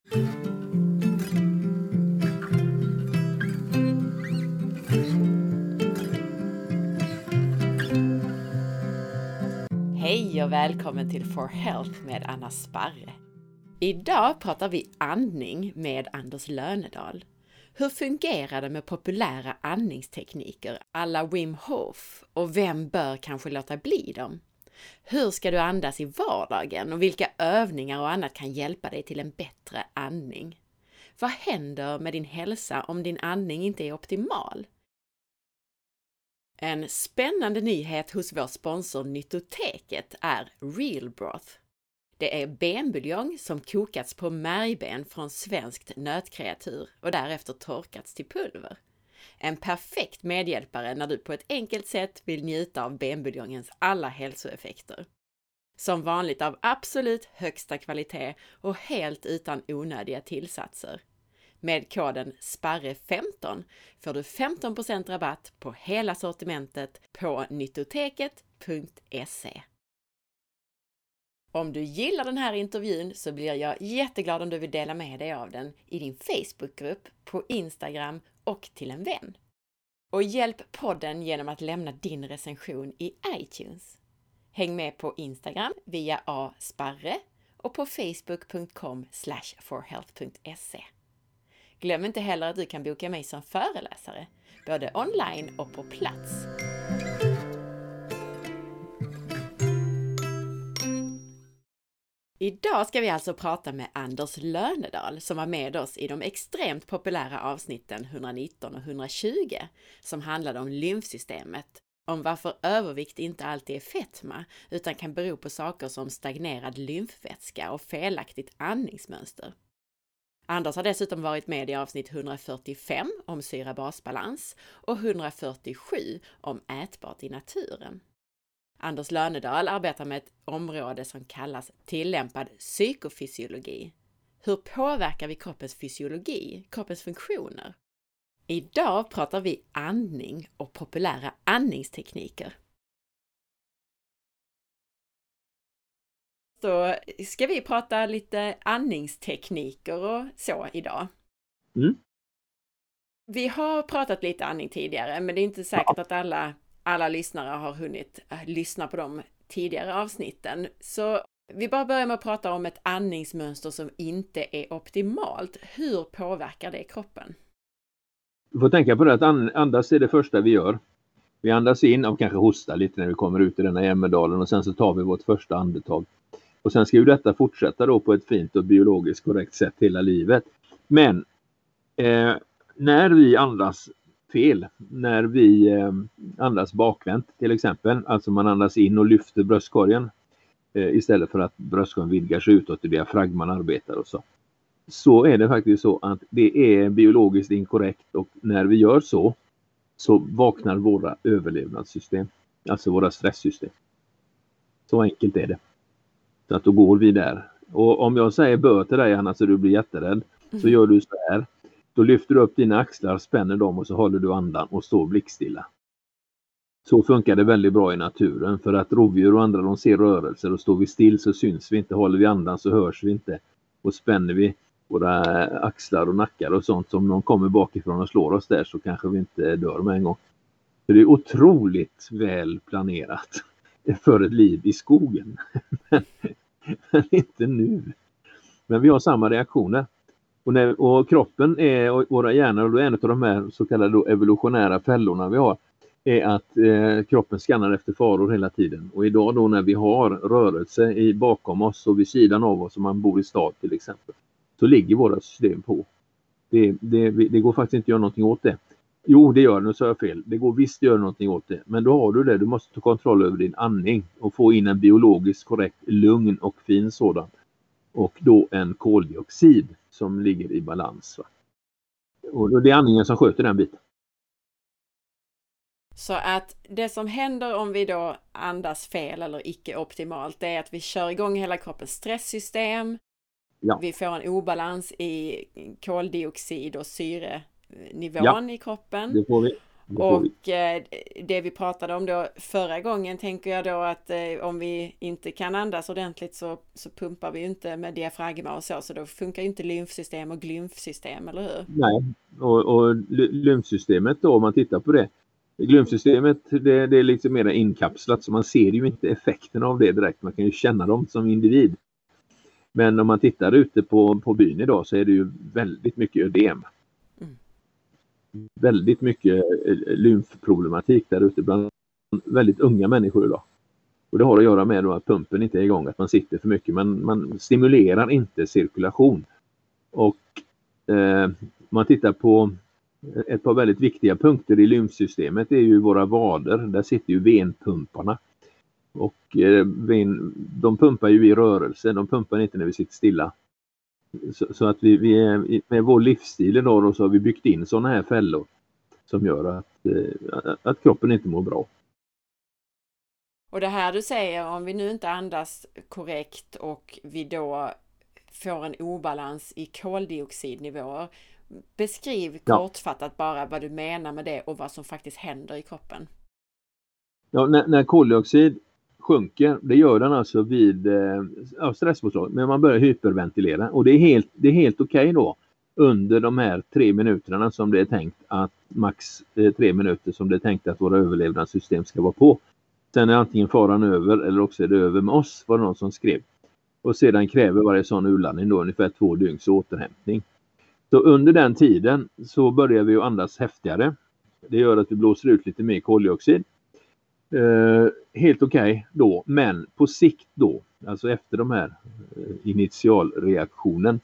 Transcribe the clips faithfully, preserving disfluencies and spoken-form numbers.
Hej och välkommen till For Health med Anna Sparre. Idag pratar vi andning med Anders Lönedal. Hur fungerar det med populära andningstekniker alla Wim Hof och vem bör kanske låta bli dem? Hur ska du andas i vardagen och vilka övningar och annat kan hjälpa dig till en bättre andning? Vad händer med din hälsa om din andning inte är optimal? En spännande nyhet hos vår sponsor Nyttoteket är Real Broth. Det är benbuljong som kokats på märgben från svenskt nötkreatur och därefter torkats till pulver. En perfekt medhjälpare när du på ett enkelt sätt vill njuta av benbuljongens alla hälsoeffekter. Som vanligt av absolut högsta kvalitet och helt utan onödiga tillsatser. Med koden sparre femton får du femton procent rabatt på hela sortimentet på nyttoteket punkt se. Om du gillar den här intervjun så blir jag jätteglad om du vill dela med dig av den i din Facebookgrupp, på Instagram och till en vän. Och hjälp podden genom att lämna din recension i iTunes. Häng med på Instagram via asparre och på facebook punkt com slash forhealth punkt se. Glöm inte heller att du kan boka mig som föreläsare, både online och på plats. Idag ska vi alltså prata med Anders Lönedal som var med oss i de extremt populära avsnitten etthundranitton och etthundratjugo som handlade om lymfsystemet, om varför övervikt inte alltid är fetma utan kan bero på saker som stagnerad lymfvätska och felaktigt andningsmönster. Anders har dessutom varit med i avsnitt etthundrafyrtiofem om syra-basbalans och etthundrafyrtiosju om ätbart i naturen. Anders Lönedal arbetar med ett område som kallas tillämpad psykofysiologi. Hur påverkar vi kroppens fysiologi, kroppens funktioner? Idag pratar vi andning och populära andningstekniker. Så ska vi prata lite andningstekniker och så idag. Mm. Vi har pratat lite andning tidigare, men det är inte säkert Ja. att alla, alla lyssnare har hunnit äh, lyssna på de tidigare avsnitten. Så vi bara börjar med att prata om ett andningsmönster som inte är optimalt. Hur påverkar det kroppen? Du får tänka på det att andas är det första vi gör. Vi andas in och kanske hostar lite när vi kommer ut i den här Jämmerdalen och sen så tar vi vårt första andetag. Och sen ska ju detta fortsätta då på ett fint och biologiskt korrekt sätt hela livet. Men eh, när vi andas fel, när vi eh, andas bakvänt till exempel, alltså man andas in och lyfter bröstkorgen eh, istället för att bröstkorgen vidgar sig utåt och diafragman arbetar och så. Så är det faktiskt så att det är biologiskt inkorrekt och när vi gör så så vaknar våra överlevnadssystem, alltså våra stresssystem. Så enkelt är det. Så att då går vi där. Och om jag säger bör till dig Anna så du blir jätterädd så gör du så här. Då lyfter du upp dina axlar, spänner dem och så håller du andan och står blickstilla. Så funkar det väldigt bra i naturen för att rovdjur och andra de ser rörelser och står vi still så syns vi inte, håller vi andan så hörs vi inte och spänner vi våra axlar och nackar och sånt som någon kommer bakifrån och slår oss där så kanske vi inte dör med en gång. Så det är otroligt väl planerat för ett liv i skogen. Men, men inte nu. Men vi har samma reaktioner. Och, när, och kroppen är, och våra hjärnor, och då är en av de här så kallade då evolutionära fällorna vi har, är att eh, kroppen skannar efter faror hela tiden. Och idag då när vi har rörelse i, bakom oss och vid sidan av oss, om man bor i stad till exempel, så ligger våra system på. Det, det, det går faktiskt inte att göra någonting åt det. Jo, det gör det, nu sa jag fel. Det går visst att göra någonting åt det. Men då har du det, du måste ta kontroll över din andning och få in en biologiskt korrekt, lugn och fin sådan. Och då en koldioxid som ligger i balans. Va? Och det är andningen som sköter den biten. Så att det som händer om vi då andas fel eller icke optimalt, det är att vi kör igång hela kroppens stresssystem. Ja. Vi får en obalans i koldioxid och syrenivån ja, i kroppen. Det får vi. Och eh, det vi pratade om då förra gången tänker jag då att eh, om vi inte kan andas ordentligt så, så pumpar vi ju inte med diafragma och så, så då funkar ju inte lymfsystem och glymfsystem, eller hur? Nej, och, och lymfsystemet då, om man tittar på det. Glymfsystemet, det, det är lite mer inkapslat, så man ser ju inte effekten av det direkt. Man kan ju känna dem som individ. Men om man tittar ute på, på byn idag så är det ju väldigt mycket ödem. Mm. Väldigt mycket lymfproblematik där ute bland väldigt unga människor idag. Och det har att göra med då att pumpen inte är igång, att man sitter för mycket. Man, man stimulerar inte cirkulation. Och eh, man tittar på ett par väldigt viktiga punkter i lymfsystemet, det är ju våra vader. Där sitter ju venpumparna. Och eh, ven, de pumpar ju i rörelse, de pumpar inte när vi sitter stilla. Så, så att vi, vi är, med vår livsstil idag då, så har vi byggt in sådana här fällor som gör att, eh, att kroppen inte mår bra. Och det här du säger, om vi nu inte andas korrekt och vi då får en obalans i koldioxidnivåer, beskriv ja. kortfattat bara vad du menar med det och vad som faktiskt händer i kroppen. Ja, när, när koldioxid sjunker, det gör den alltså vid eh, stresspåslag, men man börjar hyperventilera och det är helt, det är helt okej okay då under de här tre minuterna som det är tänkt att max eh, tre minuter som det är tänkt att våra överlevnadssystem ska vara på. Sen är antingen faran över eller också är det över med oss, var det någon som skrev. Och sedan kräver varje sån urladdning då ungefär två dygns återhämtning. Så under den tiden så börjar vi att andas häftigare. Det gör att vi blåser ut lite mer koldioxid. Eh, helt okej okay då, men på sikt då, alltså efter de här eh, initialreaktionen,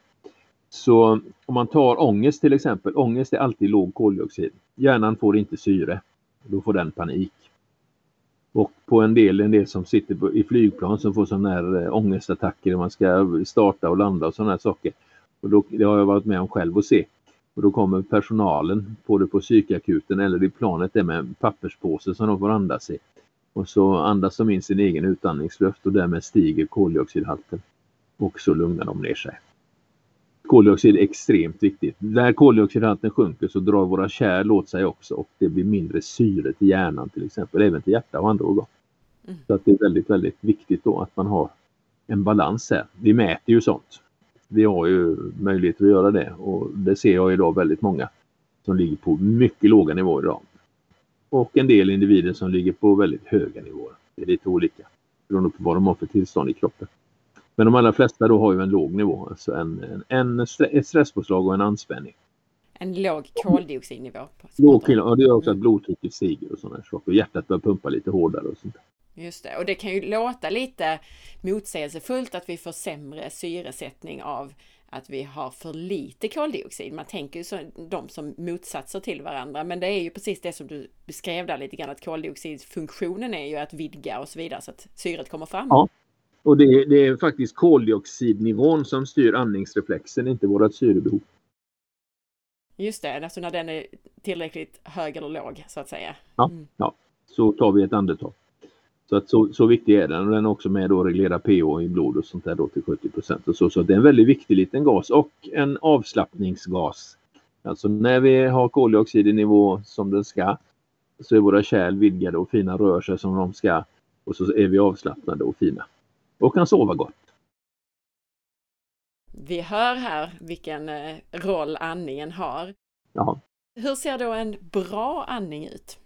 så om man tar ångest till exempel, ångest är alltid låg koldioxid. Hjärnan får inte syre, då får den panik. Och på en del, en del som sitter på, i flygplan som får sådana här äh, ångestattacker när man ska starta och landa och sådana här saker. Och då, det har jag varit med om själv att se. Och då kommer personalen på det på psykakuten eller i planet där med en papperspåse som de får andas i. Och så andas de in sin egen utandningsluft och därmed stiger koldioxidhalten. Och så lugnar de ner sig. Koldioxid är extremt viktigt. När koldioxidhalten sjunker så drar våra kärl åt sig också och det blir mindre syre till hjärnan till exempel, även till hjärta och andra organ. Mm. Så att det är väldigt, väldigt viktigt då att man har en balans här. Vi mäter ju sånt. Vi har ju möjlighet att göra det och det ser jag idag väldigt många som ligger på mycket låga nivåer idag. Och en del individer som ligger på väldigt höga nivåer. Det är lite olika beroende på vad de har för tillstånd i kroppen. Men de allra flesta då har ju en låg nivå, alltså en, en, en ett stresspåslag och en anspänning. En låg koldioxidnivå. Låg koldioxid, och det gör också att blodtrycket stiger och sådana saker. Och hjärtat börjar pumpa lite hårdare och sånt. Just det, och det kan ju låta lite motsägelsefullt att vi får sämre syresättning av att vi har för lite koldioxid. Man tänker ju så, de som motsatser till varandra, men det är ju precis det som du beskrev där lite grann, att koldioxidfunktionen är ju att vidga och så vidare så att syret kommer fram. Ja. Och det, det är faktiskt koldioxidnivån som styr andningsreflexen, inte vårat syrebehov. Just det, alltså när den är tillräckligt hög eller låg så att säga. Ja, mm. ja. Så tar vi ett andetag. Så, att så, så viktig är den och den är också med att reglera pH i blod och sånt där då till sjuttio procent. Och så, så det är en väldigt viktig liten gas och en avslappningsgas. Alltså när vi har koldioxid i nivå som den ska så är våra kärl vidgade och fina, rör sig som de ska och så är vi avslappnade och fina. Och kan sova gott. Vi hör här vilken roll andningen har. Ja. Hur ser då en bra andning ut?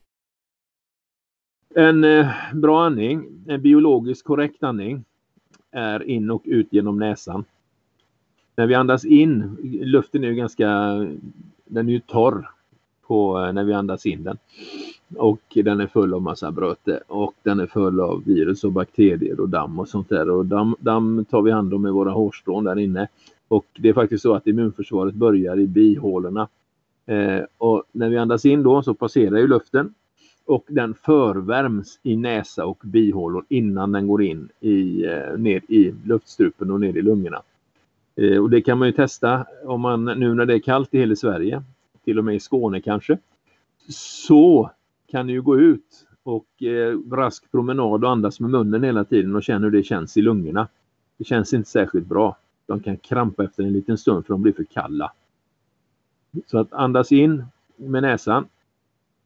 En eh, bra andning, en biologiskt korrekt andning, är in och ut genom näsan. När vi andas in, luften är ju ganska, den är ju torr på, när vi andas in den. Och den är full av massa bröte och den är full av virus och bakterier och damm och sånt där. Och damm, damm tar vi hand om med våra hårstrån där inne. Och det är faktiskt så att immunförsvaret börjar i bihålorna. Eh, och när vi andas in då så passerar ju luften och den förvärms i näsa och bihålor innan den går in i, eh, ner i luftstrupen och ner i lungorna. Eh, och det kan man ju testa om man nu när det är kallt i hela Sverige, till och med i Skåne kanske, så kan du ju gå ut och eh, rask promenad och andas med munnen hela tiden och känna hur det känns i lungorna. Det känns inte särskilt bra. De kan krampa efter en liten stund för de blir för kalla. Så att andas in med näsan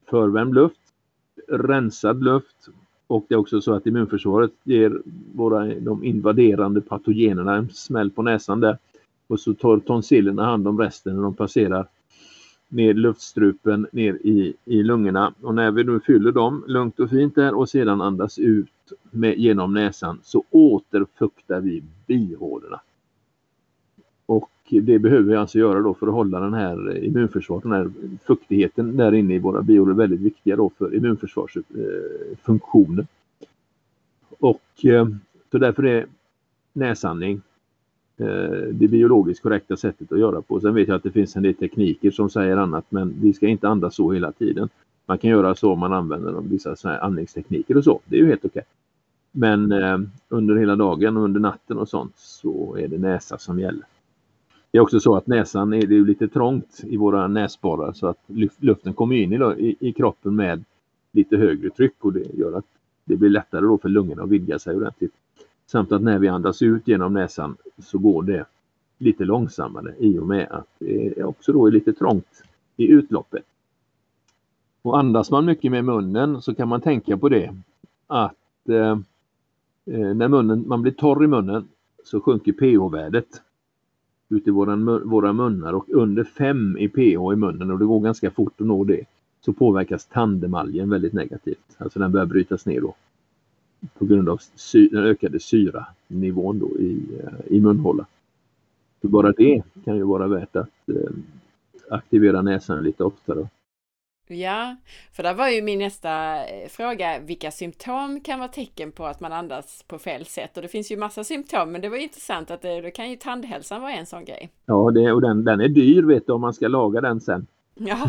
förvärmd luft, rensad luft, och det är också så att immunförsvaret ger våra, de invaderande patogenerna en smäll på näsan där, och så tar tonsillerna hand om resten när de passerar ner luftstrupen ner i, i lungorna. Och när vi nu fyller dem lugnt och fint där och sedan andas ut med, genom näsan, så återfuktar vi bihålorna. Och det behöver vi alltså göra då för att hålla den här immunförsvaret, den här fuktigheten där inne i våra bihålor, väldigt viktiga då för immunförsvarsfunktionen. Och så därför är näsandning det biologiskt korrekta sättet att göra på. Sen vet jag att det finns en del tekniker som säger annat, men vi ska inte andas så hela tiden. Man kan göra så om man använder vissa såna här andningstekniker och så. Det är ju helt okej. Men eh, under hela dagen och under natten och sånt så är det näsa som gäller. Det är också så att näsan är, det är lite trångt i våra näsborrar, så att luften kommer in i, i, i kroppen med lite högre tryck, och det gör att det blir lättare då för lungorna att vidga sig ordentligt. Samt att när vi andas ut genom näsan så går det lite långsammare i och med att det också då är lite trångt i utloppet. Och andas man mycket med munnen så kan man tänka på det att eh, när munnen, man blir torr i munnen så sjunker pH-värdet ut i våra, våra munnar, och under fem i pH i munnen, och det går ganska fort att nå det, så påverkas tandemaljen väldigt negativt. Alltså den börjar brytas ner då på grund av sy- den ökade syranivån då i, i munhålan. Så bara det kan ju vara värt att eh, aktivera näsan lite oftare. Ja, för där var ju min nästa fråga, vilka symptom kan vara tecken på att man andas på fel sätt? Och det finns ju massa symptom, men det var intressant att det, då kan ju tandhälsan vara en sån grej. Ja, det, och den, den är dyr, vet du, om man ska laga den sen. Ja.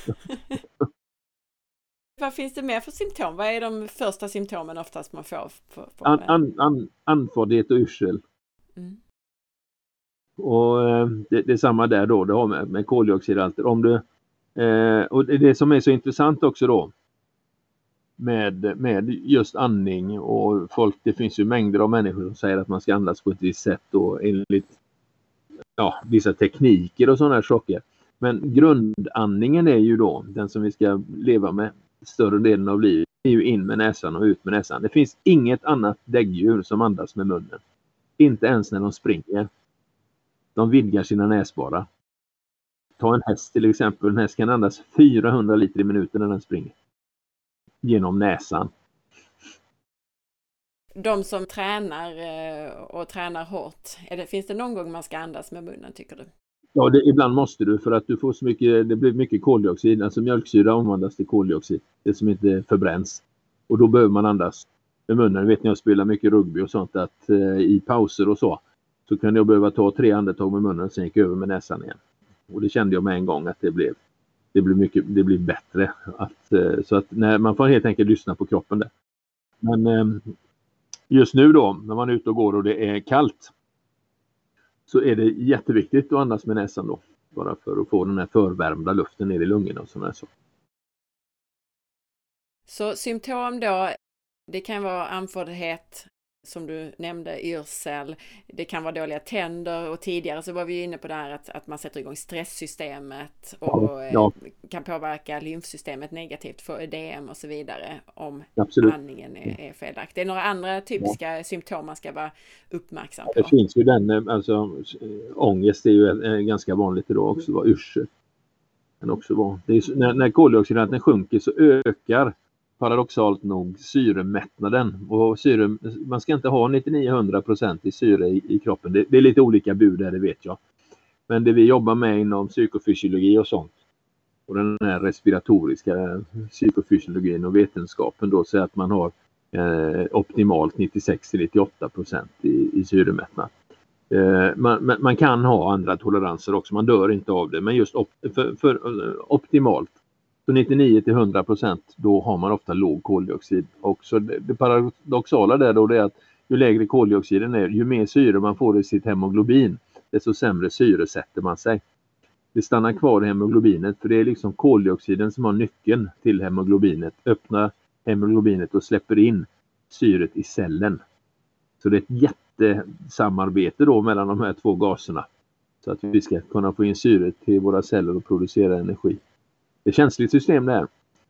Vad finns det mer för symptom? Vad är de första symptomen oftast man får? På, på an, an, an, andfåddhet och yrsel. Mm. Och det, det är samma där då, det har med, med koldioxidhalter. Om du, eh, och det, det som är så intressant också då med, med just andning och folk, det finns ju mängder av människor som säger att man ska andas på ett visst sätt och enligt ja, vissa tekniker och sådana här saker. Men grundandningen är ju då den som vi ska leva med större delen av livet, är ju in med näsan och ut med näsan. Det finns inget annat däggdjur som andas med munnen. Inte ens när de springer. De vidgar sina näsborrar. Ta en häst till exempel. En häst kan andas fyrahundra liter i minuten när den springer. Genom näsan. De som tränar och tränar hårt, är det, finns det någon gång man ska andas med munnen, tycker du? Ja, det, ibland måste du, för att du får så mycket, det blir mycket koldioxid. Alltså mjölksyra omvandlas till koldioxid. Det som inte förbränns. Och då behöver man andas med munnen. Vet ni, jag spelar mycket rugby och sånt, att eh, i pauser och så så kan jag behöva ta tre andetag med munnen och sen gick över med näsan igen. Och det kände jag med en gång att det blev det blev mycket det blev bättre att eh, så att när man får helt enkelt lyssna på kroppen där. Men eh, just nu då när man är ute och går och det är kallt, så är det jätteviktigt att andas med näsan då, bara för att få den här förvärmda luften ner i lungorna och sådär så. Så symptom då, det kan vara andfåddhet, som du nämnde, yrsel, det kan vara dåliga tänder, och tidigare så var vi inne på det här att, att man sätter igång stresssystemet och ja, ja. kan påverka lymfsystemet negativt för ödem och så vidare om Absolut. andningen är, är felaktig. Det är några andra typiska ja. symptom man ska vara uppmärksam på. Det finns ju den, alltså ångest är ju ganska vanligt idag också, var yrsel. Men också var, det är, när, när koldioxidhalten sjunker så ökar paradoxalt nog syremättnaden, och syre, man ska inte ha nittionio till hundra procent i syre i, i kroppen. Det, det är lite olika bud där, det vet jag. Men det vi jobbar med inom psykofysiologi och sånt, och den här respiratoriska psykofysiologin och vetenskapen då, säger att man har eh, optimalt nittiosex till nittioåtta procent i, i syremättnad. Eh, man, man, man kan ha andra toleranser också, man dör inte av det, men just op, för, för, optimalt så nittionio till hundra procent, då har man ofta låg koldioxid. Och så det, det paradoxala där då, det är att ju lägre koldioxiden är, ju mer syre man får i sitt hemoglobin, desto sämre syre sätter man sig. Det stannar kvar i hemoglobinet, för det är liksom koldioxiden som har nyckeln till hemoglobinet. Öppnar hemoglobinet och släpper in syret i cellen. Så det är ett jättesamarbete då mellan de här två gaserna, så att vi ska kunna få in syret till våra celler och producera energi. Det är ett känsligt system där.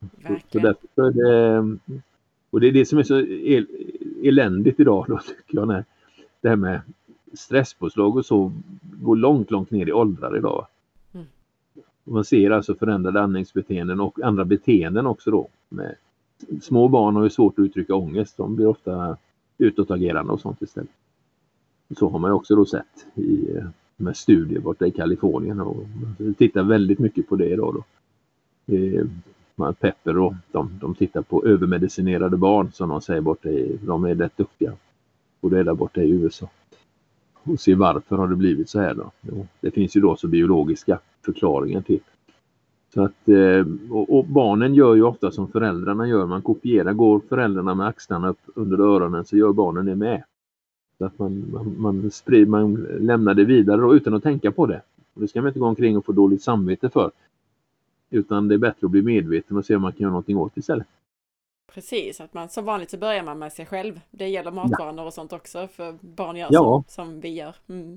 Verkligen. Så därför är det, och det är det som är så el, eländigt idag då, tycker jag, när det här med stresspåslag och så går långt, långt ner i åldrar idag. Mm. Man ser alltså förändrade andningsbeteenden och andra beteenden också då. Med små barn har ju svårt att uttrycka ångest. De blir ofta utåtagerande och sånt istället. Så har man ju också då sett i med studier borta i Kalifornien, och man tittar väldigt mycket på det idag då. Eh, Pepper och de, de tittar på övermedicinerade barn, som de säger borta i, de är rätt duktiga. Och det är där borta i U S A. Och se varför har det blivit så här då. Jo, det finns ju då så biologiska förklaringar till. Så att, och, och barnen gör ju ofta som föräldrarna gör. Man kopierar, går föräldrarna med axlarna upp under öronen, så gör barnen det med. Så att man, man, man, sprider, man lämnar det vidare då, utan att tänka på det. Och det ska man inte gå omkring och få dåligt samvete för. Utan det är bättre att bli medveten och se om man kan göra någonting åt istället. Precis, att man som vanligt så börjar man med sig själv. Det gäller matvanor och sånt också, för barn gör ja. som, som vi gör. Mm.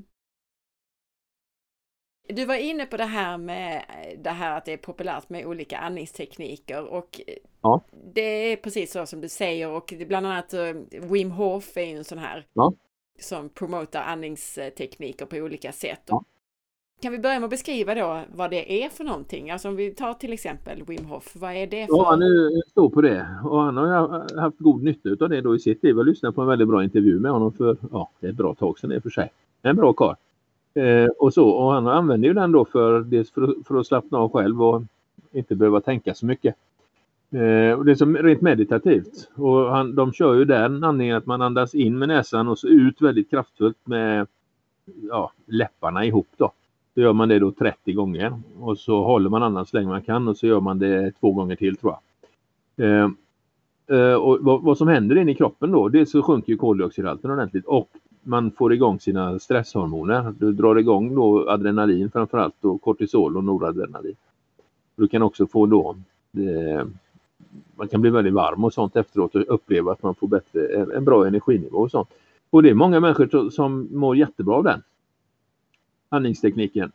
Du var inne på det här med det här att det är populärt med olika andningstekniker, och ja. det är precis så som du säger, och bland annat Wim Hof är ju en sån här ja. som promotar andningstekniker på olika sätt. Ja. Kan vi börja med att beskriva då vad det är för någonting? Alltså om vi tar till exempel Wim Hof, vad är det för? Ja, han är stor på det, och han har haft god nytta av det då i sitt liv. Jag lyssnade på en väldigt bra intervju med honom för, ja, det är ett bra tag sedan det är för sig. En bra karl. Eh, och så, och han använder ju den då för, dels för, för att slappna av själv och inte behöva tänka så mycket. Eh, och det är som rent meditativt. Och han, de kör ju den andningen att man andas in med näsan och så ut väldigt kraftfullt med, ja, läpparna ihop då. Så gör man det då trettio gånger. Och så håller man andan så länge man kan, och så gör man det två gånger till, tror jag. Eh, eh, och vad, vad som händer in i kroppen då, det så sjunker ju koldioxidhalten ordentligt. Och man får igång sina stresshormoner. Du drar igång då adrenalin framförallt, och kortisol och noradrenalin. Du kan också få då, det, man kan bli väldigt varm och sånt efteråt och uppleva att man får bättre, en bra energinivå och sånt. Och det är många människor som mår jättebra av den andningstekniken.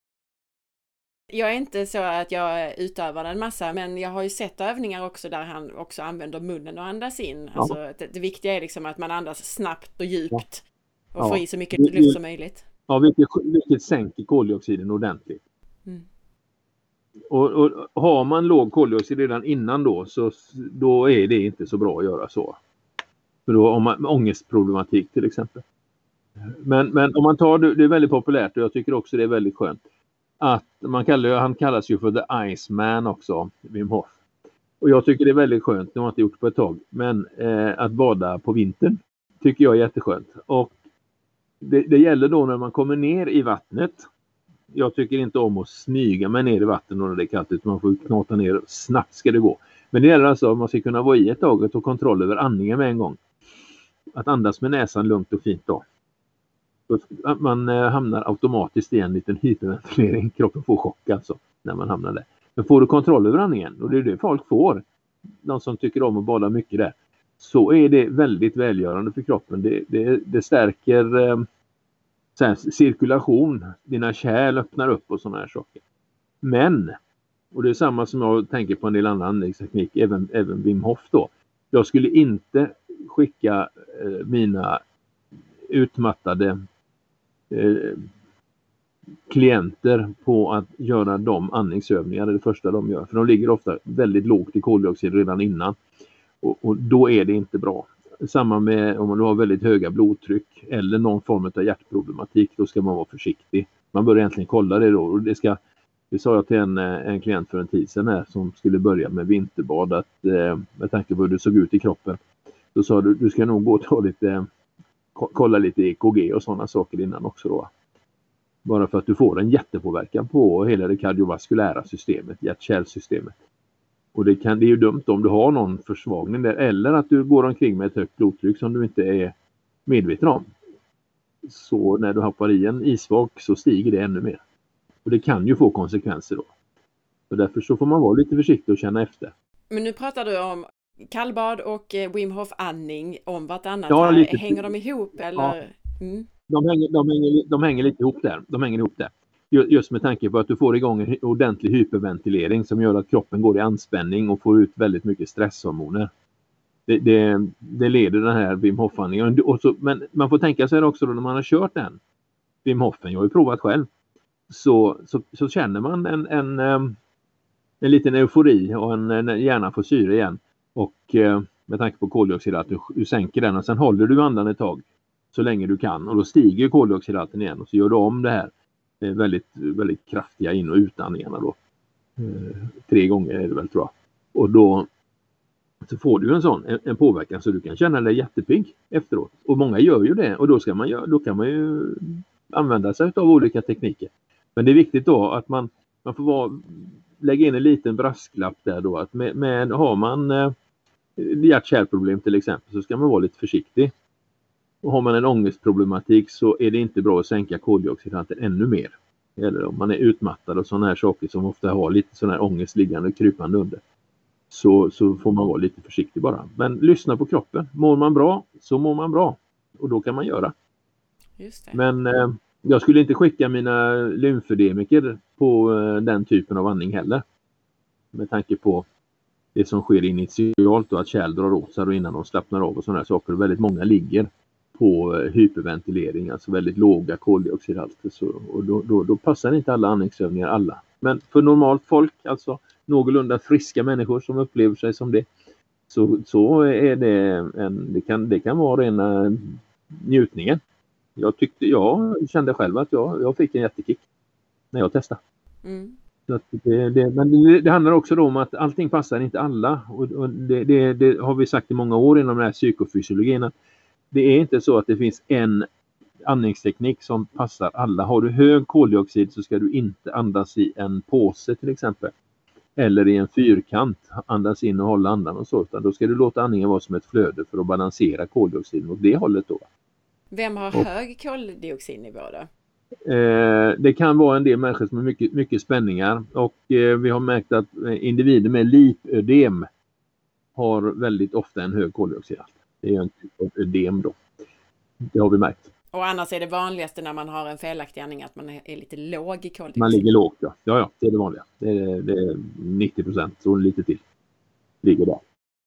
Jag är inte så att jag utövar en massa, men jag har ju sett övningar också där han också använder munnen och andas in. Ja. Alltså det, det viktiga är liksom att man andas snabbt och djupt, ja, och får ja. i så mycket luft det, som möjligt. Ja, vilket, vilket sänker koldioxiden ordentligt. Mm. Och, och har man låg koldioxid redan innan då, så då är det inte så bra att göra så. För då har man ångestproblematik till exempel. Men, men om man tar det, det är väldigt populärt, och jag tycker också det är väldigt skönt. Att man kallar, han kallas ju för The Iceman också, Wim Hof. Och jag tycker det är väldigt skönt, nu har jag inte gjort det på ett tag, men eh, att bada på vintern tycker jag är jätteskönt. Och det, det gäller då när man kommer ner i vattnet. Jag tycker inte om att smyga mig ner i vattnet när det är kallt, utan man får knata ner, snabbt ska det gå. Men det gäller alltså att man ska kunna vara i ett tag och ta kontroll över andningen med en gång. Att andas med näsan lugnt och fint då. Att man hamnar automatiskt i en liten hyperventilering. Kroppen får chock alltså när man hamnar där. Men får du kontroll över andningen, och det är det folk får, de som tycker om att bada mycket där, så är det väldigt välgörande för kroppen. Det, det, det stärker eh, så här, cirkulation. Dina kärl öppnar upp och sådana här saker. Men, och det är samma som jag tänker på en del annan andningsteknik, även, även Wim Hof då. Jag skulle inte skicka eh, mina utmattade eh, klienter på att göra de andningsövningar, det första de gör. För de ligger ofta väldigt lågt i koldioxid redan innan. Och, och då är det inte bra. Samma med om man har väldigt höga blodtryck eller någon form av hjärtproblematik, då ska man vara försiktig. Man bör egentligen kolla det då. Och det, ska, det sa jag till en, en klient för en tid sedan här, som skulle börja med vinterbad, att eh, med tanke på hur det såg ut i kroppen. Då sa du, du ska nog gå och ta lite, kolla lite E K G och sådana saker innan också då. Bara för att du får en jättepåverkan på hela det kardiovaskulära systemet, hjärt-kärlsystemet. Och det, kan, det är ju dumt om du har någon försvagning där, eller att du går omkring med ett högt blodtryck som du inte är medveten om. Så när du hoppar i en isvak så stiger det ännu mer. Och det kan ju få konsekvenser då. Och därför så får man vara lite försiktig och känna efter. Men nu pratar du om kallbad och Wim Hof andning om vartannat. Ja, lite. Hänger de ihop eller? Ja. Mm. De, hänger, de, hänger, de hänger lite ihop där. De hänger ihop där. Just med tanke på att du får igång en ordentlig hyperventilering som gör att kroppen går i anspänning och får ut väldigt mycket stresshormoner. Det, det, det leder den här Wim Hof-andningen. Och så, men man får tänka sig också då när man har kört den Wim Hofen, jag har ju provat själv, så, så, så känner man en, en, en, en liten eufori och en, en hjärnan får syre igen. Och med tanke på koldioxidhalt, du, du sänker den och sen håller du andan ett tag så länge du kan. Och då stiger koldioxidhalten igen och så gör du om det här väldigt, väldigt kraftiga in- och utandningarna då. Tre gånger är det väl, tror jag. Och då så får du en sån en, en påverkan så du kan känna dig jättepigg efteråt. Och många gör ju det och då, ska man göra, då kan man ju använda sig av olika tekniker. Men det är viktigt då att man, man får vara, lägga in en liten brasklapp där då. Att med, med, har man eh, hjärt-kärlproblem till exempel så ska man vara lite försiktig. Och har man en ångestproblematik så är det inte bra att sänka koldioxidhalten ännu mer. Eller om man är utmattad och sådana här saker som ofta har lite sån här ångest liggande och krypande under. Så, så får man vara lite försiktig bara. Men lyssna på kroppen. Mår man bra så mår man bra. Och då kan man göra. Just det. Men eh, jag skulle inte skicka mina lymfödemiker på eh, den typen av andning heller. Med tanke på det som sker initialt och att kärl drar åt sig och innan de slappnar av och sådana här saker. Väldigt många ligger på eh, hyperventilering, alltså väldigt låga koldioxidhalter. Så, och då, då, då passar inte alla andningsövningar alla. Men för normalt folk, alltså någorlunda friska människor som upplever sig som det, så, så är det en, det kan, det kan vara rena njutningen. Jag tyckte, jag kände själv att jag, jag fick en jättekick när jag testade. Mm. Så att det, det, men det, det handlar också om att allting passar inte alla. Och, och det, det, det har vi sagt i många år inom den här psykofysiologin. Att det är inte så att det finns en andningsteknik som passar alla. Har du hög koldioxid så ska du inte andas i en påse till exempel. Eller i en fyrkant, andas in och hålla andan och så. Utan då ska du låta andningen vara som ett flöde för att balansera koldioxiden åt det hållet då. Vem har och, hög koldioxidnivå då? Eh, det kan vara en del människor som har mycket, mycket spänningar. Och eh, vi har märkt att individer med lipödem har väldigt ofta en hög koldioxidhalt. Det är en typ av ödem då. Det har vi märkt. Och annars är det vanligaste när man har en felaktig andning att man är lite låg i koldioxid. Man ligger lågt, ja. Ja, ja, det är det vanliga. Det är, det är nittio procent, så lite till ligger där.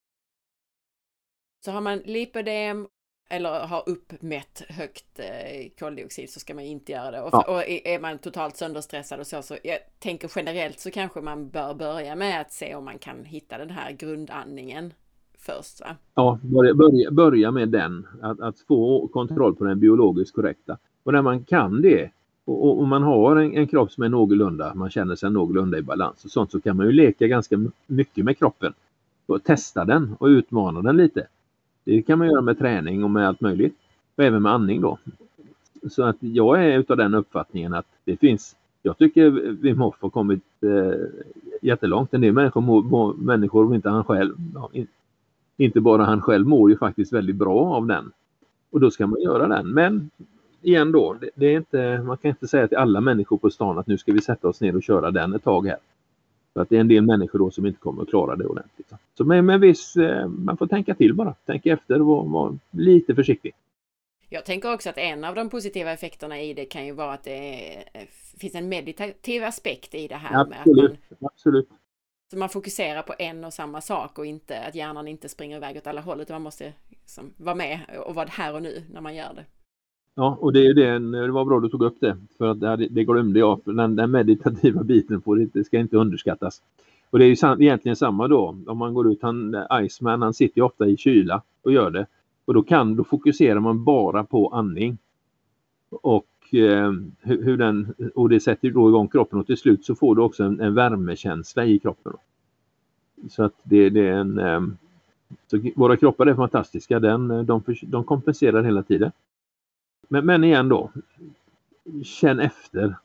Så har man lipödem eller har uppmätt högt eh, koldioxid så ska man inte göra det. Och, ja. och är man totalt sönderstressad och så, så jag tänker generellt så kanske man bör börja med att se om man kan hitta den här grundandningen först, va? Ja, börja, börja, börja med den. Att, att få kontroll på den biologiskt korrekta. Och när man kan det och, och man har en, en kropp som är någorlunda, man känner sig någorlunda i balans och sånt, så kan man ju leka ganska mycket med kroppen. Och testa den och utmana den lite. Det kan man göra med träning och med allt möjligt. Och även med andning då. Så att jag är utav den uppfattningen att det finns, jag tycker Wim Hof har kommit eh, jättelångt. En del människor, må, må, människor och inte han själv, ja, in, inte bara han själv mår ju faktiskt väldigt bra av den. Och då ska man göra den. Men igen då, det, det är inte, man kan inte säga till alla människor på stan att nu ska vi sätta oss ner och köra den ett tag här. För att det är en del människor då som inte kommer att klara det ordentligt. Så med, med viss, man får tänka till bara. Tänka efter och vara, vara lite försiktig. Jag tänker också att en av de positiva effekterna i det kan ju vara att det är, finns en meditativ aspekt i det här. Absolut, med att man, absolut. Så man fokuserar på en och samma sak och inte att hjärnan inte springer iväg åt alla håll. Utan man måste liksom vara med och vara här och nu när man gör det. Ja, och det är det, det var bra du tog upp det. För att det, det glömde jag. För den, den meditativa biten får det, det ska inte underskattas. Och det är ju sam, egentligen samma då. Om man går ut, han, Iceman, han sitter ju ofta i kyla och gör det. Och då, kan, då fokuserar man bara på andning. Och, eh, hur, hur den, och det sätter då igång kroppen. Och till slut så får du också en, en värmekänsla i kroppen. Så att det, det är en... Eh, så våra kroppar är fantastiska. Den, de, de kompenserar hela tiden. Men, men igen då, känn efter.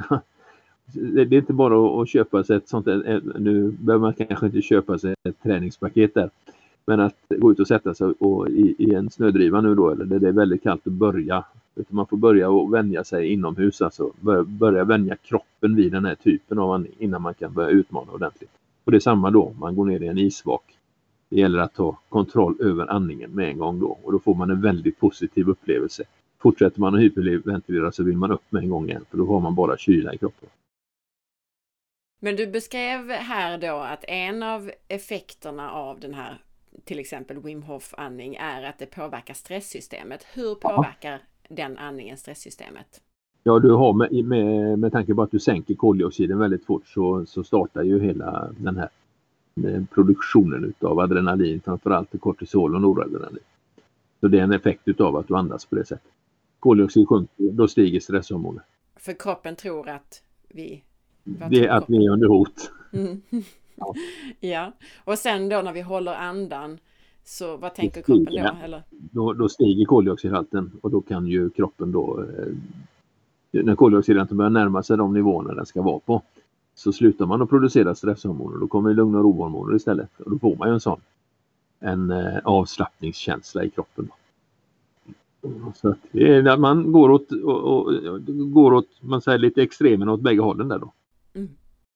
Det är inte bara att, att köpa sig ett sånt, nu behöver man kanske inte köpa sig ett träningspaket där. Men att gå ut och sätta sig och, i, i en snödriva nu då, eller där det är väldigt kallt att börja. Man får börja och vänja sig inomhus, alltså börja, börja vänja kroppen vid den här typen av andning innan man kan börja utmana ordentligt. Och det är samma då, man går ner i en isvak. Det gäller att ta kontroll över andningen med en gång då. Och då får man en väldigt positiv upplevelse. Fortsätter man att hyperventilera så vill man upp med en gång igen, för då har man bara kyla i kroppen. Men du beskrev här då att en av effekterna av den här till exempel Wim Hof-andning är att det påverkar stresssystemet. Hur påverkar ja. den andningen stresssystemet? Ja, du har med, med, med tanke på att du sänker koldioxiden väldigt fort så, så startar ju hela den här produktionen av adrenalin, framförallt kortisol och noradrenalin. Så det är en effekt utav att du andas på det sättet. Koldioxid sjunker, då stiger stresshormoner. För kroppen tror att vi... Det är att vi är under hot. Mm. Ja. ja, och sen då när vi håller andan, så vad tänker kroppen då? Eller? Då, då stiger koldioxidhalten och då kan ju kroppen då, eh, när koldioxidhalten börjar närma sig de nivåerna den ska vara på, så slutar man att producera stresshormoner. Då kommer lugn- och rohormoner istället. Och då får man ju en sån en eh, avslappningskänsla i kroppen. Så att det är när man går åt, och, och, och, går åt man säger lite extremen åt bägge hållen där då. Mm.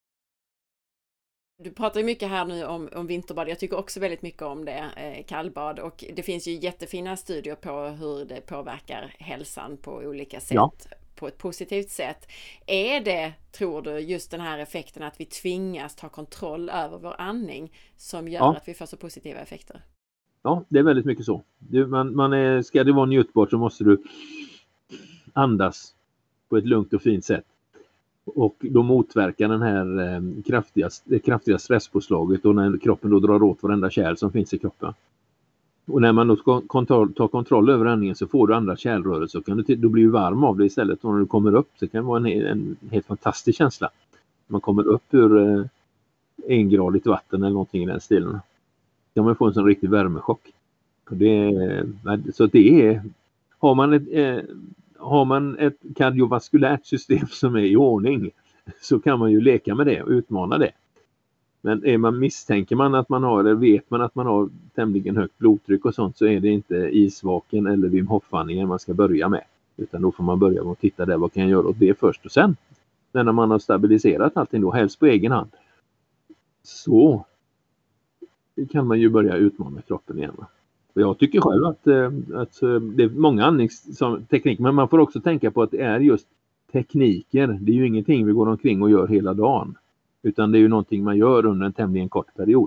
Du pratar ju mycket här nu om, om vinterbad. Jag tycker också väldigt mycket om det, eh, kallbad. Och det finns ju jättefina studier på hur det påverkar hälsan på olika sätt. Ja. På ett positivt sätt. Är det, tror du, just den här effekten att vi tvingas ta kontroll över vår andning som gör ja. att vi får så positiva effekter? Ja, det är väldigt mycket så. Du, man, man är, ska det vara njutbart så måste du andas på ett lugnt och fint sätt. Och då motverkar den här eh, kraftiga, det kraftiga stresspåslaget och när kroppen då drar åt varenda kärl som finns i kroppen. Och när man då ska kontroll, ta kontroll över andningen så får du andra kärlrörelser och kan du, då blir du varm av det istället. Och när du kommer upp så kan det vara en, en helt fantastisk känsla. Man kommer upp ur eh, engradigt vatten eller någonting i den stilen. Då kan man få en sån riktig värmechock. Och det, så det är, har man ett eh, har man ett kardiovaskulärt system som är i ordning så kan man ju leka med det och utmana det. Men är man, misstänker man att man har, eller vet man att man har tämligen högt blodtryck och sånt, så är det inte isvaken eller Wim Hof-andningen man ska börja med. Utan då får man börja med att titta där, vad kan jag göra åt det först, och sen när man har stabiliserat allting då, helst på egen hand, så kan man ju börja utmana kroppen igen. Och jag tycker själv att, att det är många andningstekniker, men man får också tänka på att det är just tekniker. Det är ju ingenting vi går omkring och gör hela dagen. Utan det är ju någonting man gör under en tämligen kort period.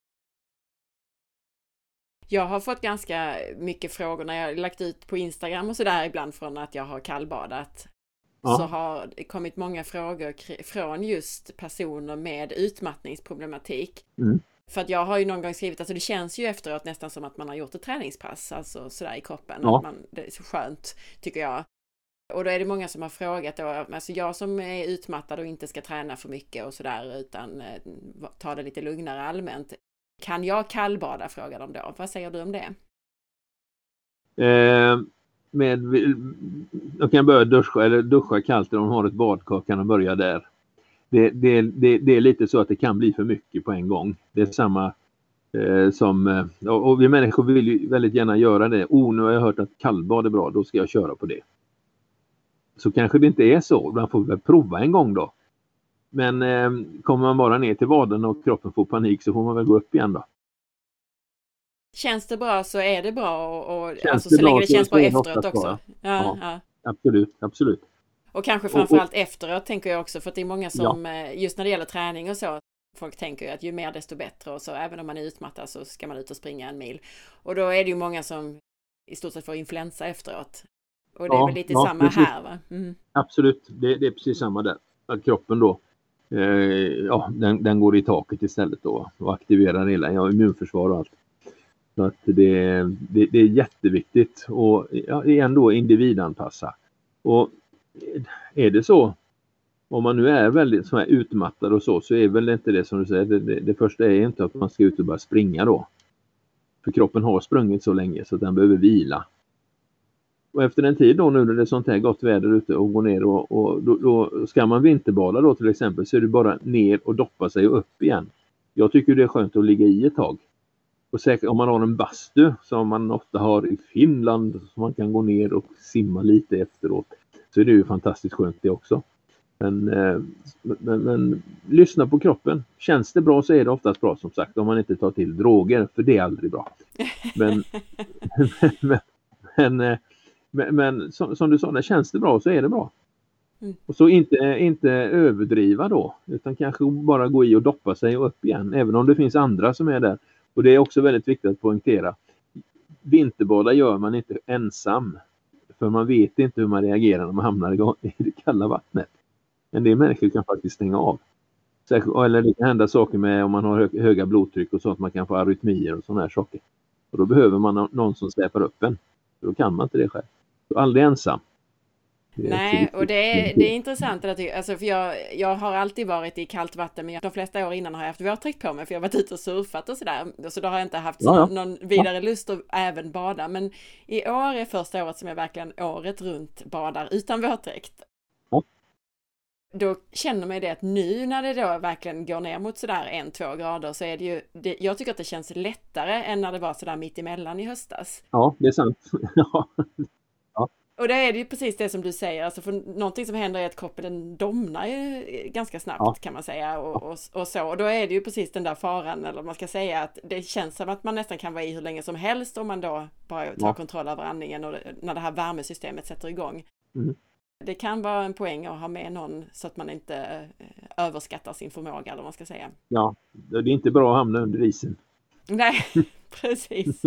Jag har fått ganska mycket frågor när jag har lagt ut på Instagram och sådär ibland från att jag har kallbadat. Ja. Så har det kommit många frågor från just personer med utmattningsproblematik. Mm. För att jag har ju någon gång skrivit, alltså det känns ju efteråt nästan som att man har gjort ett träningspass, alltså sådär i kroppen. Ja. Att man, det är så skönt, tycker jag. Och då är det många som har frågat då, alltså jag som är utmattad och inte ska träna för mycket och sådär, utan eh, ta det lite lugnare allmänt. Kan jag kallbada, frågar de då. Vad säger du om det? Eh, med, jag kan börja duscha, eller duscha kallt om de har ett badkar, kan de börja där. Det, det, det, det är lite så att det kan bli för mycket på en gång. Det är samma eh, som, och, och vi människor vill ju väldigt gärna göra det. Oh, nu har jag hört att kallbad är bra, då ska jag köra på det. Så kanske det inte är så, man får väl prova en gång då. Men eh, kommer man bara ner till vaden och kroppen får panik, så får man väl gå upp igen då. Känns det bra så är det bra, och, och alltså, så länge det känns bra efteråt också. Ja, ja, ja. Absolut, absolut. Och kanske framförallt och, och, efteråt tänker jag också, för att det är många som, ja. just när det gäller träning och så, folk tänker ju att ju mer desto bättre, och så även om man är utmattad så ska man ut och springa en mil. Och då är det ju många som i stort sett får influensa efteråt. Och det är ja, väl lite ja, samma precis. Här, va? Mm. Absolut, det, det är precis samma där. Att kroppen då, eh, ja, den, den går i taket istället då och aktiverar hela ja, immunförsvar och allt. Så att det, det, det är jätteviktigt, och ja, igen då individanpassa. Och är det så, om man nu är väldigt så här utmattad och så, så är väl inte det som du säger, det, det, det första är inte att man ska ut och bara springa då. För kroppen har sprungit så länge så att den behöver vila. Och efter en tid då, nu när det är sånt här gott väder ute och går ner och, och då, då ska man vinterbada då till exempel, så är det bara ner och doppa sig och upp igen. Jag tycker det är skönt att ligga i ett tag. Och säkert om man har en bastu som man ofta har i Finland, så man kan gå ner och simma lite efteråt, så är det ju fantastiskt skönt det också. Men, men, men lyssna på kroppen. Känns det bra så är det oftast bra, som sagt, om man inte tar till droger, för det är aldrig bra. Men, men, men Men, men som, som du sa, när känns det bra så är det bra. Mm. Och så inte, inte överdriva då, utan kanske bara gå i och doppa sig och upp igen, även om det finns andra som är där. Och det är också väldigt viktigt att poängtera. Vinterbada gör man inte ensam, för man vet inte hur man reagerar när man hamnar i det kalla vattnet. En del människor kan faktiskt stänga av. Eller det kan hända saker med om man har höga blodtryck och sånt, man kan få arytmier och sådana här saker. Och då behöver man någon som släpar upp en. Då kan man inte det själv. Så aldrig ensam. Nej, och det är, det är intressant att jag, alltså för jag, jag har alltid varit i kallt vatten, men jag, de flesta år innan har jag haft våtdräkt på mig för jag har varit ute och surfat och sådär. Så då har jag inte haft ja, ja. någon vidare lust att även bada. Men i år är första året som jag verkligen året runt badar utan våtdräkt. Ja. Då känner man det att nu när det då verkligen går ner mot sådär en, två grader så är det ju, det, jag tycker att det känns lättare än när det var sådär mitt emellan i höstas. Ja, det är sant. Ja. Och det är det ju precis det som du säger, alltså för någonting som händer är att kroppen den domnar ju ganska snabbt ja. kan man säga och, och, och så. Och då är det ju precis den där faran, eller man ska säga att det känns som att man nästan kan vara i hur länge som helst om man då bara tar ja. kontroll över andningen och när det här värmesystemet sätter igång. Mm. Det kan vara en poäng att ha med någon så att man inte eh, överskattar sin förmåga, eller vad man ska säga. Ja, det är inte bra att hamna under isen. Nej, precis.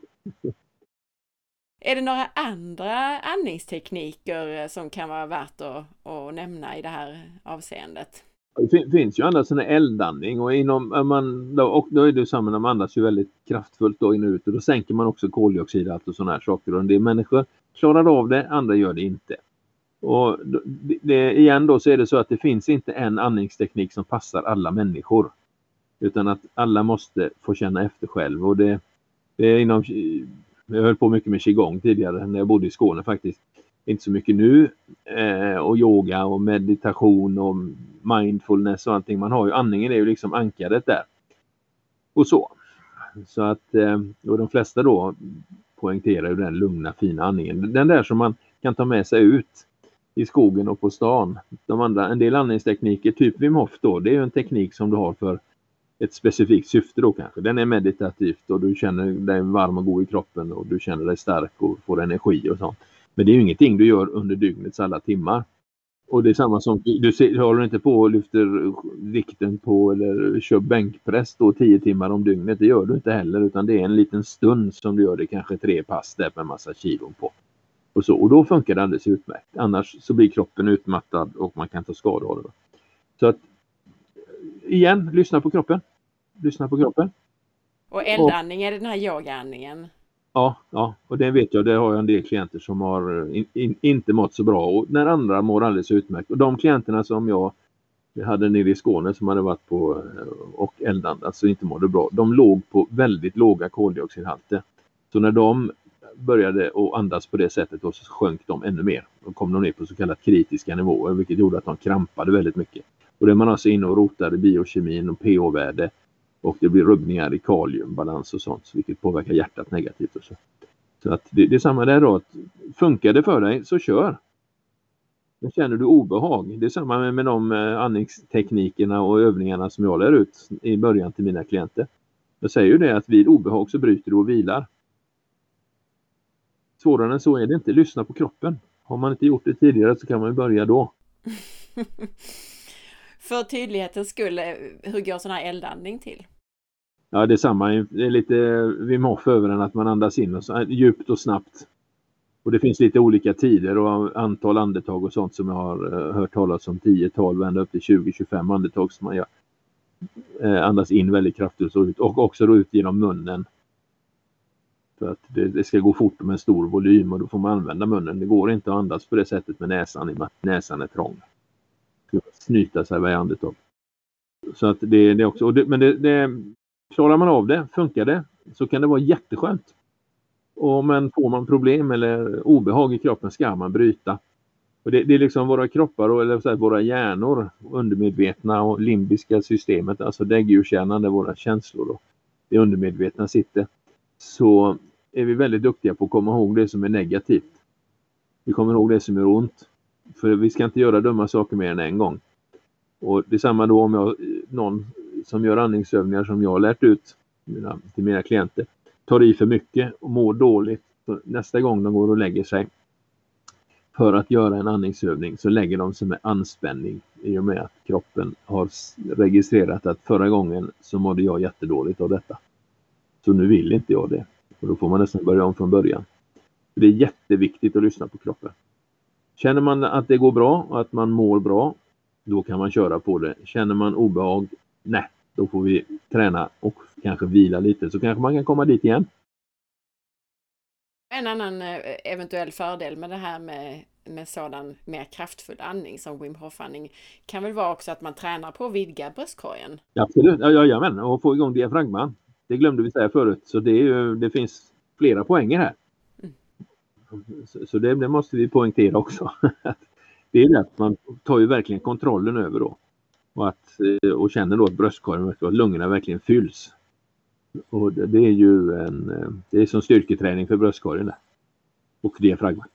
Är det några andra andningstekniker som kan vara värt att, att nämna i det här avseendet? Det finns ju andra sådana eldandning och inom man då, och då är det samma när man andas ju väldigt kraftfullt då in och ut och då sänker man också koldioxidhalt och sådana här saker och en del människor klarar av det, andra gör det inte. Och det, det, igen då så är det så att det finns inte en andningsteknik som passar alla människor utan att alla måste få känna efter själv och det, det är inom jag höll på mycket med qigong tidigare när jag bodde i Skåne faktiskt. Inte så mycket nu. Eh, och yoga och meditation och mindfulness och allting. Man har ju andningen är ju liksom ankaret där. Och så. Så att eh, och de flesta då poängterar ju den lugna fina andningen. Den där som man kan ta med sig ut i skogen och på stan. De andra, en del andningstekniker, typ Wim Hof då, det är ju en teknik som du har för ett specifikt syfte då kanske. Den är meditativt och du känner dig varm och god i kroppen och du känner dig stark och får energi och sånt. Men det är ju ingenting du gör under dygnets alla timmar. Och det är samma som, du ser, håller inte på och lyfter vikten på eller kör bänkpress då tio timmar om dygnet. Det gör du inte heller utan det är en liten stund som du gör det, kanske tre pass där med en massa kilon på. Och, så, och då funkar det alldeles utmärkt. Annars så blir kroppen utmattad och man kan ta skada av det. Så att igen, lyssna på kroppen. Lyssna på kroppen. Och eldandning, är det den här yogaandningen? Ja, ja, och det vet jag. Det har jag en del klienter som har in, in, inte mått så bra. Och när andra mår alldeles utmärkt. Och de klienterna som jag hade nere i Skåne som hade varit på och eldande, alltså inte mådde bra. De låg på väldigt låga koldioxidhalter. Så när de började att andas på det sättet då så sjönk de ännu mer. Då kom de ner på så kallat kritiska nivåer, vilket gjorde att de krampade väldigt mycket. Och det är man alltså inne och rotar i biokemin och pH-värde och det blir rubbningar i kaliumbalans och sånt, vilket påverkar hjärtat negativt. Och så så att det, det är samma där då, att funkar det för dig så kör. Men känner du obehag, det är samma med, med de andningsteknikerna och övningarna som jag lär ut i början till mina klienter. Jag säger ju det att vid obehag så bryter du och vilar. Svårare än så är det inte. Lyssna på kroppen. Har man inte gjort det tidigare så kan man ju börja då. För tydlighetens skull, hur går sån här eldandning till? Ja, det är samma. Det är lite Wim Hof över den att man andas in och så, djupt och snabbt. Och det finns lite olika tider och antal andetag och sånt som jag har uh, hört talas om. tio, tolv, ända upp till tjugo till tjugofem andetag som man gör. Uh, andas in väldigt kraftigt och ut. Och också då ut genom munnen. För att det, det ska gå fort med en stor volym och då får man använda munnen. Det går inte att andas på det sättet med näsan i och med att näsan är trång. Det ska snyta sig varje andetag. Så att det, det också. Och det, men det, det, klarar man av det, funkar det, så kan det vara jätteskönt. Och men får man problem eller obehag i kroppen ska man bryta. Och det, det är liksom våra kroppar och eller så här, våra hjärnor, undermedvetna och limbiska systemet, alltså däggdjurskärnan där våra känslor och det undermedvetna sitter. Så är vi väldigt duktiga på att komma ihåg det som är negativt. Vi kommer ihåg det som är ont. För vi ska inte göra dumma saker mer än en gång. Och det är samma då om jag, någon som gör andningsövningar som jag har lärt ut mina, till mina klienter tar i för mycket och mår dåligt. Så nästa gång de går och lägger sig för att göra en andningsövning så lägger de sig med anspänning i och med att kroppen har registrerat att förra gången så mådde jag jättedåligt av detta. Så nu vill inte jag det. Och då får man nästan börja om från början. Det är jätteviktigt att lyssna på kroppen. Känner man att det går bra och att man mår bra, då kan man köra på det. Känner man obehag, nej, då får vi träna och kanske vila lite. Så kanske man kan komma dit igen. En annan eventuell fördel med det här med, med sådan mer kraftfull andning som Wim Hof-andning kan väl vara också att man tränar på att vidga bröstkorgen. Absolut, ja, ja, men och få igång diafragman. Det glömde vi säga förut, så det, är ju, det finns flera poänger här. Mm. Så, så det, det måste vi poängtera också. Det är det att man tar ju verkligen kontrollen över då. Och, att, och känner då att bröstkorgen och lungorna verkligen fylls. Och det, det är ju en, det är som styrketräning för bröstkorgen där. Och diafragman.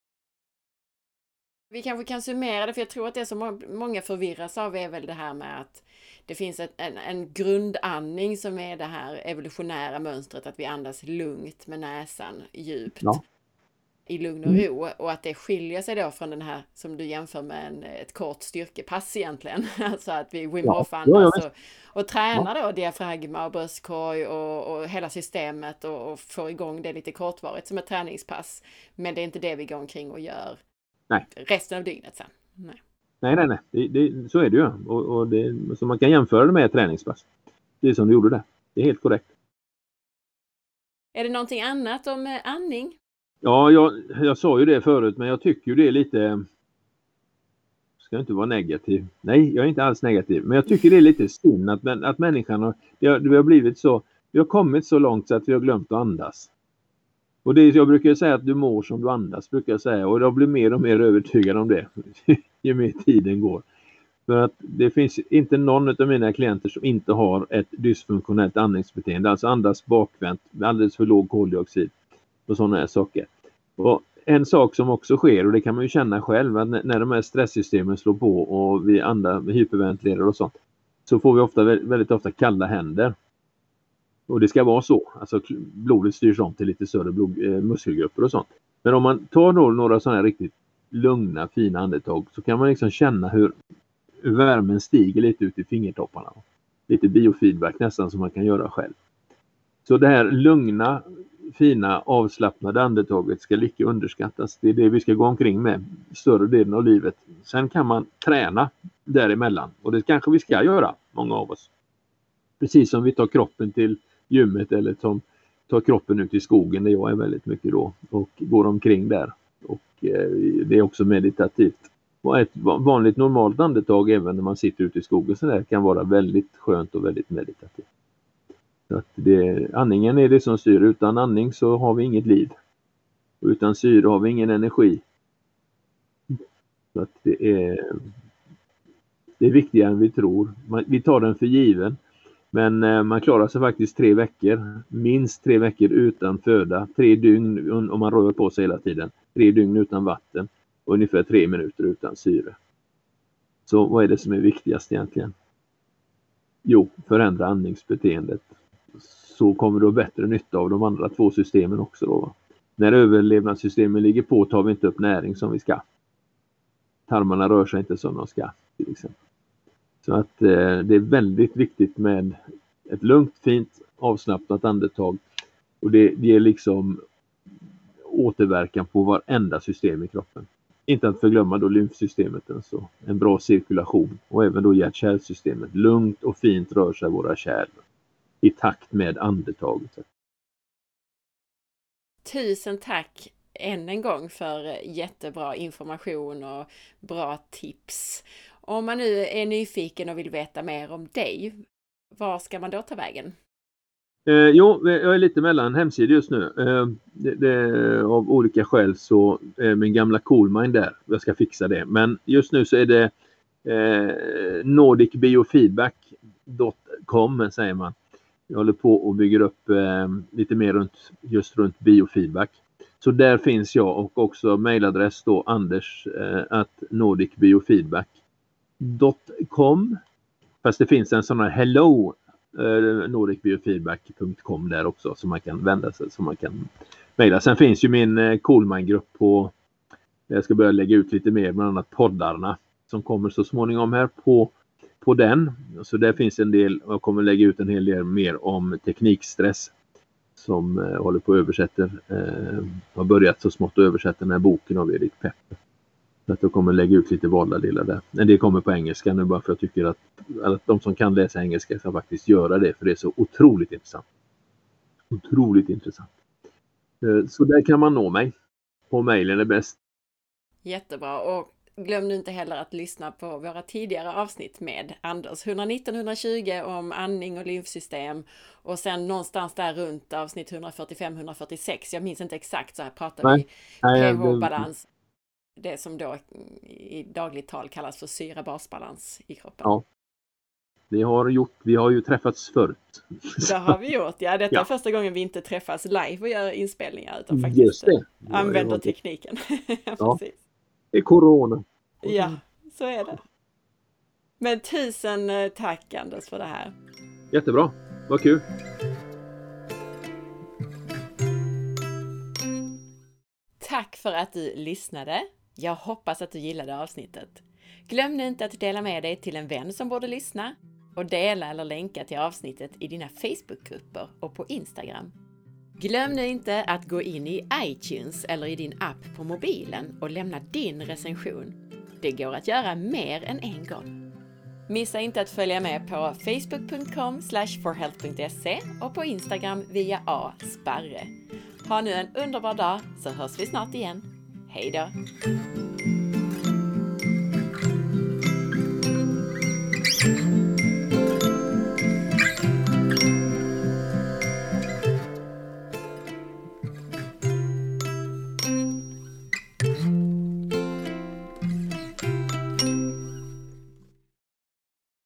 Vi kanske kan summera det, för jag tror att det som många förvirras av är väl det här med att det finns ett, en, en grundandning som är det här evolutionära mönstret att vi andas lugnt med näsan djupt. Ja. I lugn och ro, och att det skiljer sig då från den här som du jämför med en, ett kort styrkepass egentligen. Alltså att vi Wim Hof andas ja, ja, och, och tränar då diafragma och bröstkorg och, och hela systemet och, och får igång det lite kortvarigt som ett träningspass. Men det är inte det vi går omkring och gör nej. Resten av dygnet sen. Nej, nej, nej. nej. Det, det, så är det ju. Och, och det, så man kan jämföra det med ett träningspass. Det är som du gjorde det. Det är helt korrekt. Är det någonting annat om andning? Ja, jag, jag sa ju det förut, men jag tycker ju det är lite... Ska jag inte vara negativ? Nej, jag är inte alls negativ. Men jag tycker det är lite synd att, att människan har, det har, det har blivit så... Vi har kommit så långt så att vi har glömt att andas. Och det, jag brukar säga att du mår som du andas, brukar jag säga. Och jag blir mer och mer övertygad om det ju mer tiden går. För att det finns inte någon av mina klienter som inte har ett dysfunktionellt andningsbeteende. Alltså andas bakvänt, alldeles för låg koldioxid och sådana här saker. Och en sak som också sker, och det kan man ju känna själv, att när de här stresssystemen slår på och vi andra hyperventilerar och sånt, så får vi ofta, väldigt ofta kalla händer. Och det ska vara så. Alltså blodet styrs om till lite större blod, eh, muskelgrupper och sånt. Men om man tar då några sådana här riktigt lugna, fina andetag, så kan man liksom känna hur, hur värmen stiger lite ut i fingertopparna. Lite biofeedback nästan som man kan göra själv. Så det här lugna, fina, avslappnade andetaget ska lika underskattas. Det är det vi ska gå omkring med större delen av livet. Sen kan man träna däremellan. Och det kanske vi ska göra, många av oss. Precis som vi tar kroppen till gymmet eller som tar kroppen ut i skogen där jag är väldigt mycket då. Och går omkring där. Och eh, det är också meditativt. Och ett vanligt normalt andetag även när man sitter ute i skogen så där kan vara väldigt skönt och väldigt meditativt. Så att det, andningen är det som styr. Utan andning så har vi inget liv. Och utan syre har vi ingen energi. Så att det är, det är viktigare än vi tror. Man, vi tar den för given. Men eh, man klarar sig faktiskt tre veckor. Minst tre veckor utan föda. Tre dygn om man rör på sig hela tiden. Tre dygn utan vatten. Och ungefär tre minuter utan syre. Så vad är det som är viktigast egentligen? Jo, förändra andningsbeteendet. Så kommer du bättre nytta av de andra två systemen också då. Va? När överlevnadssystemen ligger på tar vi inte upp näring som vi ska. Tarmarna rör sig inte som de ska till exempel. Så att eh, det är väldigt viktigt med ett lugnt, fint, avslappnat andetag. Och det, det är liksom återverkan på varenda system i kroppen. Inte att förglömma då lymfsystemet, alltså en bra cirkulation. Och även då hjärt-kärlsystemet. Lugnt och fint rör sig våra kärl i takt med andetaget. Tusen tack än en gång för jättebra information och bra tips. Om man nu är nyfiken och vill veta mer om dig, var ska man då ta vägen? Eh, jo, jag är lite mellan hemsidor just nu. Eh, det, det, av olika skäl så är min gamla Coolmind där. Jag ska fixa det. Men just nu så är det eh, nordic biofeedback dot com säger man. Jag håller på och bygger upp eh, lite mer runt, just runt biofeedback. Så där finns jag och också mailadress då anders eh, at nordic biofeedback dot com. Fast det finns en sån här hello eh, nordic biofeedback dot com där också som man kan vända sig, som man kan mejla. Sen finns ju min eh, Coolmind-grupp på Jag ska börja lägga ut lite mer, bland annat poddarna som kommer så småningom här på, på den. Så där finns en del, jag kommer lägga ut en hel del mer om teknikstress som eh, håller på att översätta. Eh, har börjat så smått att översätta den här boken av Erik Peppe. Så att jag kommer lägga ut lite valda delar där. Men det kommer på engelska nu bara för jag tycker att, att de som kan läsa engelska ska faktiskt göra det, för det är så otroligt intressant. Otroligt intressant. Eh, så där kan man nå mig. På mejlen är bäst. Jättebra, och glöm nu inte heller att lyssna på våra tidigare avsnitt med Anders. etthundranitton etthundratjugo om andning och lymfsystem, och sen någonstans där runt avsnitt etthundrafyrtiofem etthundrafyrtiosex. Jag minns inte exakt, så här pratar Nej. vi Nej, pH-balans. Det som då i dagligt tal kallas för syra-basbalans i kroppen. Ja. Vi har, gjort, vi har ju träffats förut. Det har vi gjort, ja. Detta Ja. är första gången vi inte träffas live och gör inspelningar, utan faktiskt Just det. använder tekniken. Ja. Precis. Det är corona. Ja, så är det. Men tusen tack Anders för det här. Jättebra, vad kul. Tack för att du lyssnade. Jag hoppas att du gillade avsnittet. Glöm nu inte att dela med dig till en vän som borde lyssna, och dela eller länka till avsnittet i dina Facebookgrupper och på Instagram. Glöm nu inte att gå in i iTunes eller i din app på mobilen och lämna din recension. Det går att göra mer än en gång. Missa inte att följa med på facebook punkt com slash forhealth punkt se och på Instagram via asparre. Ha nu en underbar dag, så hörs vi snart igen. Hej då!